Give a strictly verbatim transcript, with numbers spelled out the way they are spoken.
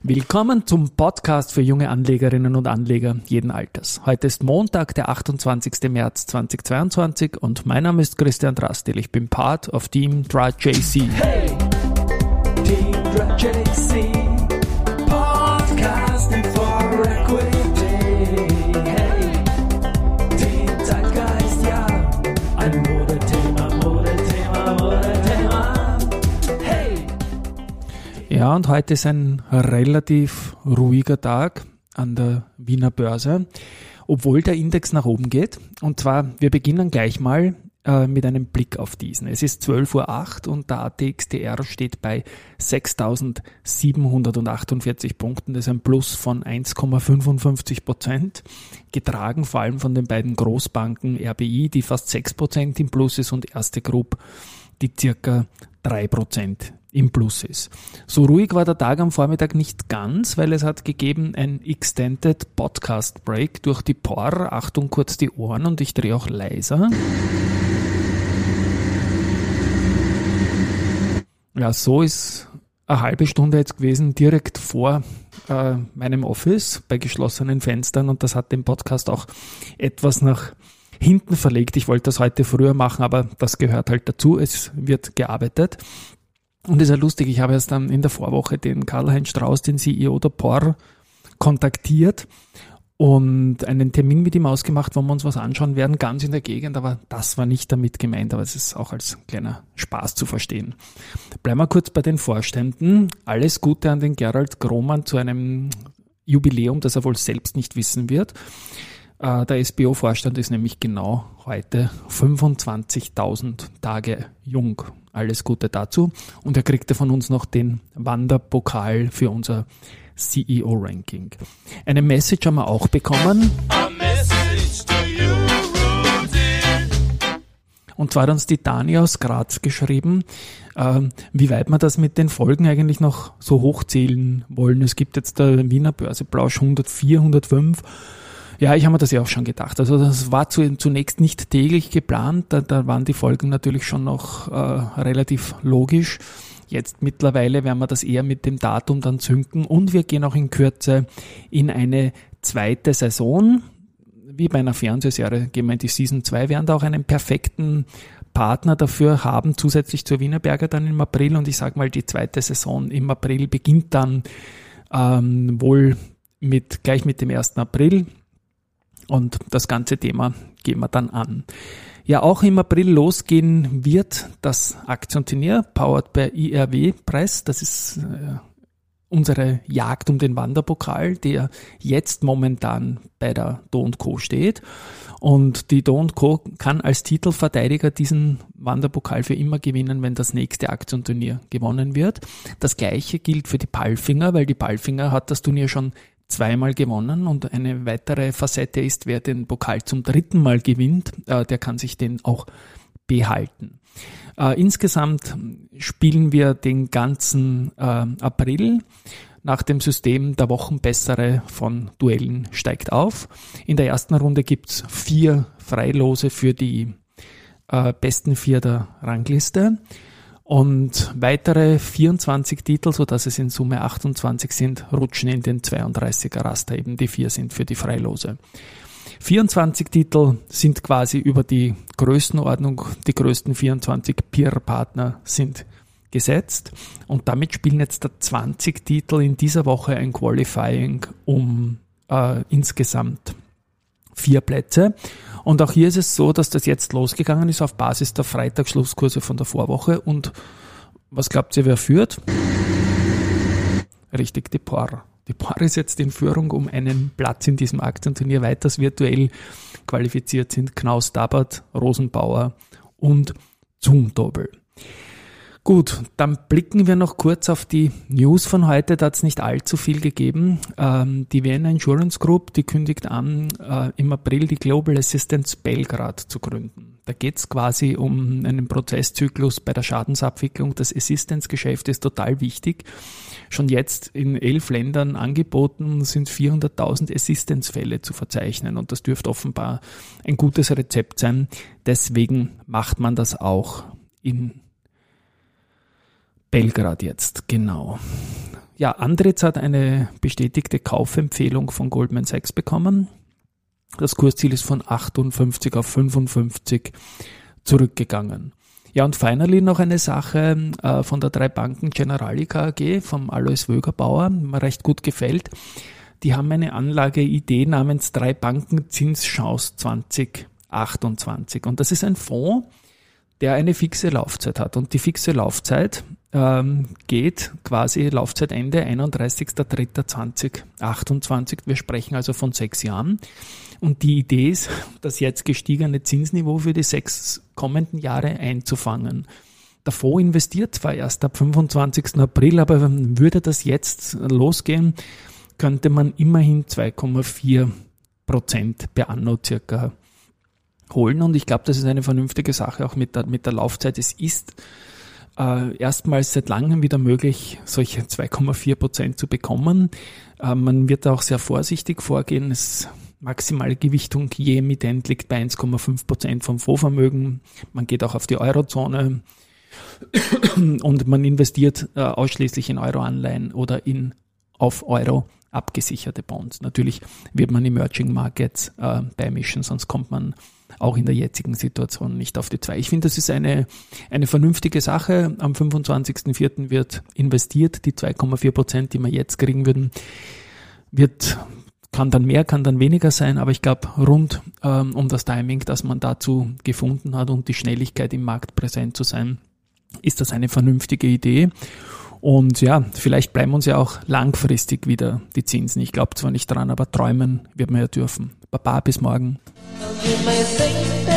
Willkommen zum Podcast für junge Anlegerinnen und Anleger jeden Alters. Heute ist Montag, der achtundzwanzigster März zweitausendzweiundzwanzig und mein Name ist Christian Drastil. Ich bin Part of Team DraJC. Hey, Team DraJC, Podcasting for Equity. Hey, Team Zeitgeist, ja, ein Modethema, Modethema, Modethema. Hey. Ja, und heute ist ein relativ ruhiger Tag an der Wiener Börse, obwohl der Index nach oben geht. Und zwar, wir beginnen gleich mal äh, mit einem Blick auf diesen. Es ist zwölf Uhr acht und der A T X T R steht bei sechstausendsiebenhundertachtundvierzig Punkten. Das ist ein Plus von eins Komma fünfundfünfzig Prozent, getragen vor allem von den beiden Großbanken R B I, die fast sechs Prozent im Plus ist, und Erste Group, die circa drei Prozent im Plus ist. So ruhig war der Tag am Vormittag nicht ganz, weil es hat gegeben ein Extended Podcast Break durch die P O R. Achtung, kurz die Ohren, und ich drehe auch leiser. Ja, so ist eine halbe Stunde jetzt gewesen, direkt vor äh, meinem Office bei geschlossenen Fenstern, und das hat den Podcast auch etwas nach hinten verlegt. Ich wollte das heute früher machen, aber das gehört halt dazu. Es wird gearbeitet. Und es ist ja lustig, ich habe erst dann in der Vorwoche den Karl-Heinz Strauß, den C E O der P O R, kontaktiert und einen Termin mit ihm ausgemacht, wo wir uns was anschauen werden, ganz in der Gegend, aber das war nicht damit gemeint, aber es ist auch als kleiner Spaß zu verstehen. Bleiben wir kurz bei den Vorständen. Alles Gute an den Gerald Grohmann zu einem Jubiläum, das er wohl selbst nicht wissen wird. Der S B O-Vorstand ist nämlich genau heute fünfundzwanzigtausend Tage jung. Alles Gute dazu. Und er kriegte von uns noch den Wanderpokal für unser C E O-Ranking. Eine Message haben wir auch bekommen. Und zwar hat uns die Dani aus Graz geschrieben, äh, wie weit wir das mit den Folgen eigentlich noch so hochzählen wollen. Es gibt jetzt der Wiener Börseplausch hundertvier, hundertfünf. Ja, ich habe mir das ja auch schon gedacht. Also das war zu, zunächst nicht täglich geplant, da, da waren die Folgen natürlich schon noch äh, relativ logisch. Jetzt mittlerweile werden wir das eher mit dem Datum dann zünken, und wir gehen auch in Kürze in eine zweite Saison. Wie bei einer Fernsehserie gehen wir in die Season zwei, werden da auch einen perfekten Partner dafür haben, zusätzlich zur Wienerberger dann im April, und ich sage mal, die zweite Saison im April beginnt dann ähm, wohl mit gleich mit dem ersten April. Und das ganze Thema gehen wir dann an. Ja, auch im April losgehen wird das Aktienturnier, powered by I R W Press. Das ist äh, unsere Jagd um den Wanderpokal, der jetzt momentan bei der Do und Co. steht. Und die Do und Co. kann als Titelverteidiger diesen Wanderpokal für immer gewinnen, wenn das nächste Aktienturnier gewonnen wird. Das Gleiche gilt für die Palfinger, weil die Palfinger hat das Turnier schon zweimal gewonnen, und eine weitere Facette ist, wer den Pokal zum dritten Mal gewinnt, äh, der kann sich den auch behalten. Äh, insgesamt spielen wir den ganzen äh, April nach dem System der Wochenbessere von Duellen steigt auf. In der ersten Runde gibt's vier Freilose für die äh, besten vier der Rangliste. Und weitere vierundzwanzig Titel, so dass es in Summe achtundzwanzig sind, rutschen in den zweiunddreißiger Raster, eben die vier sind für die Freilose. vierundzwanzig Titel sind quasi über die Größenordnung, die größten vierundzwanzig Peer-Partner sind gesetzt, und damit spielen jetzt zwanzig Titel in dieser Woche ein Qualifying um äh, insgesamt vier Plätze. Und auch hier ist es so, dass das jetzt losgegangen ist auf Basis der Freitagsschlusskurse von der Vorwoche. Und was glaubt ihr, wer führt? Richtig, die P O R. Die P O R ist jetzt in Führung um einen Platz in diesem Aktienturnier. Weiters virtuell qualifiziert sind Knaus Tabbert, Rosenbauer und Zumtobel. Gut, dann blicken wir noch kurz auf die News von heute. Da hat es nicht allzu viel gegeben. Ähm, die Vienna Insurance Group, die kündigt an, äh, im April die Global Assistance Belgrad zu gründen. Da geht es quasi um einen Prozesszyklus bei der Schadensabwicklung. Das Assistance-Geschäft ist total wichtig. Schon jetzt in elf Ländern angeboten sind vierhunderttausend Assistance-Fälle zu verzeichnen, und das dürfte offenbar ein gutes Rezept sein. Deswegen macht man das auch in Belgrad jetzt, genau. ja, Andritz hat eine bestätigte Kaufempfehlung von Goldman Sachs bekommen. Das Kursziel ist von achtundfünfzig auf fünfundfünfzig zurückgegangen. Ja, und finally noch eine Sache äh, von der drei Banken Generali-K A G, vom Alois Wögerbauer, mir recht gut gefällt. Die haben eine Anlageidee namens drei Banken Zinschance zwanzig achtundzwanzig. Und das ist ein Fonds, der eine fixe Laufzeit hat. Und die fixe Laufzeit ähm, geht quasi Laufzeitende einunddreißigster dritter zweitausendachtundzwanzig. Wir sprechen also von sechs Jahren. Und die Idee ist, das jetzt gestiegene Zinsniveau für die sechs kommenden Jahre einzufangen. Der Fonds investiert zwar erst ab fünfundzwanzigsten April, aber würde das jetzt losgehen, könnte man immerhin zwei Komma vier Prozent per anno circa holen. Und ich glaube, das ist eine vernünftige Sache, auch mit der, mit der Laufzeit. Es ist äh, erstmals seit langem wieder möglich, solche zwei Komma vier Prozent zu bekommen. Äh, man wird auch sehr vorsichtig vorgehen. Es maximale Gewichtung je Emittent liegt bei eins Komma fünf Prozent vom Fondsvermögen. Man geht auch auf die Eurozone und man investiert äh, ausschließlich in Euro-Anleihen oder in auf Euro abgesicherte Bonds. Natürlich wird man Emerging Markets äh, beimischen, sonst kommt man auch in der jetzigen Situation nicht auf die zwei. Ich finde, das ist eine, eine vernünftige Sache. Am fünfundzwanzigsten vierten wird investiert. Die zwei Komma vier Prozent, die wir jetzt kriegen würden, wird kann dann mehr, kann dann weniger sein, aber ich glaube, rund ähm, um das Timing, das man dazu gefunden hat und die Schnelligkeit im Markt präsent zu sein, ist das eine vernünftige Idee. Und ja, vielleicht bleiben uns ja auch langfristig wieder die Zinsen. Ich glaube zwar nicht dran, aber träumen wird man ja dürfen. Baba, bis morgen. You may think